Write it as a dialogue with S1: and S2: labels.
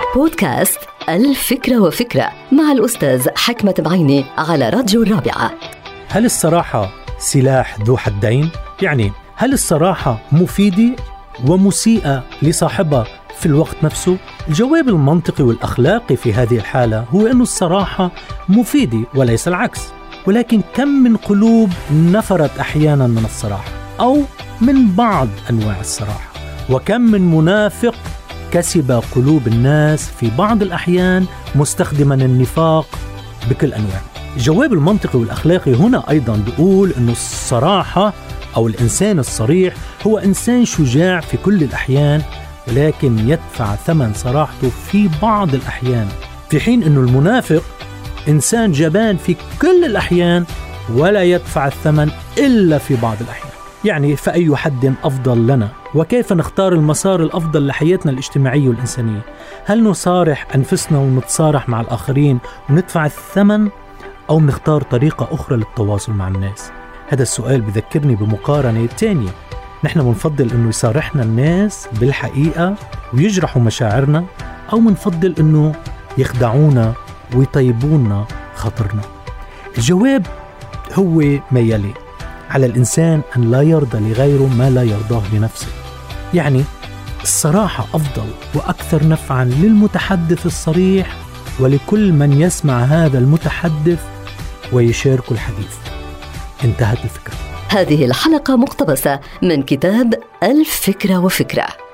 S1: بودكاست الفكرة وفكرة مع الأستاذ حكمة بعيني على راديو الرابعة.
S2: هل الصراحة سلاح ذو حدين؟ يعني هل الصراحة مفيدة ومسيئة لصاحبها في الوقت نفسه؟ الجواب المنطقي والأخلاقي في هذه الحالة هو أن الصراحة مفيدة وليس العكس. ولكن كم من قلوب نفرت أحيانا من الصراحة أو من بعض أنواع الصراحة، وكم من منافق كسب قلوب الناس في بعض الأحيان مستخدما النفاق بكل أنواع. الجواب المنطقي والأخلاقي هنا أيضا بيقول أن الصراحة أو الإنسان الصريح هو إنسان شجاع في كل الأحيان، ولكن يدفع ثمن صراحته في بعض الأحيان، في حين أن المنافق إنسان جبان في كل الأحيان ولا يدفع الثمن إلا في بعض الأحيان. يعني فأي حد أفضل لنا؟ وكيف نختار المسار الأفضل لحياتنا الاجتماعية والإنسانية؟ هل نصارح أنفسنا ونتصارح مع الآخرين وندفع الثمن، أو نختار طريقة أخرى للتواصل مع الناس؟ هذا السؤال بذكرني بمقارنة تانية. نحن منفضل أنه يصارحنا الناس بالحقيقة ويجرحوا مشاعرنا، أو منفضل أنه يخدعونا ويطيبونا خاطرنا؟ الجواب هو ما يلي: على الإنسان أن لا يرضى لغيره ما لا يرضاه لنفسه. يعني الصراحة أفضل وأكثر نفعا للمتحدث الصريح ولكل من يسمع هذا المتحدث ويشارك الحديث. انتهت الفكرة.
S1: هذه الحلقة مقتبسة من كتاب الفكرة وفكرة.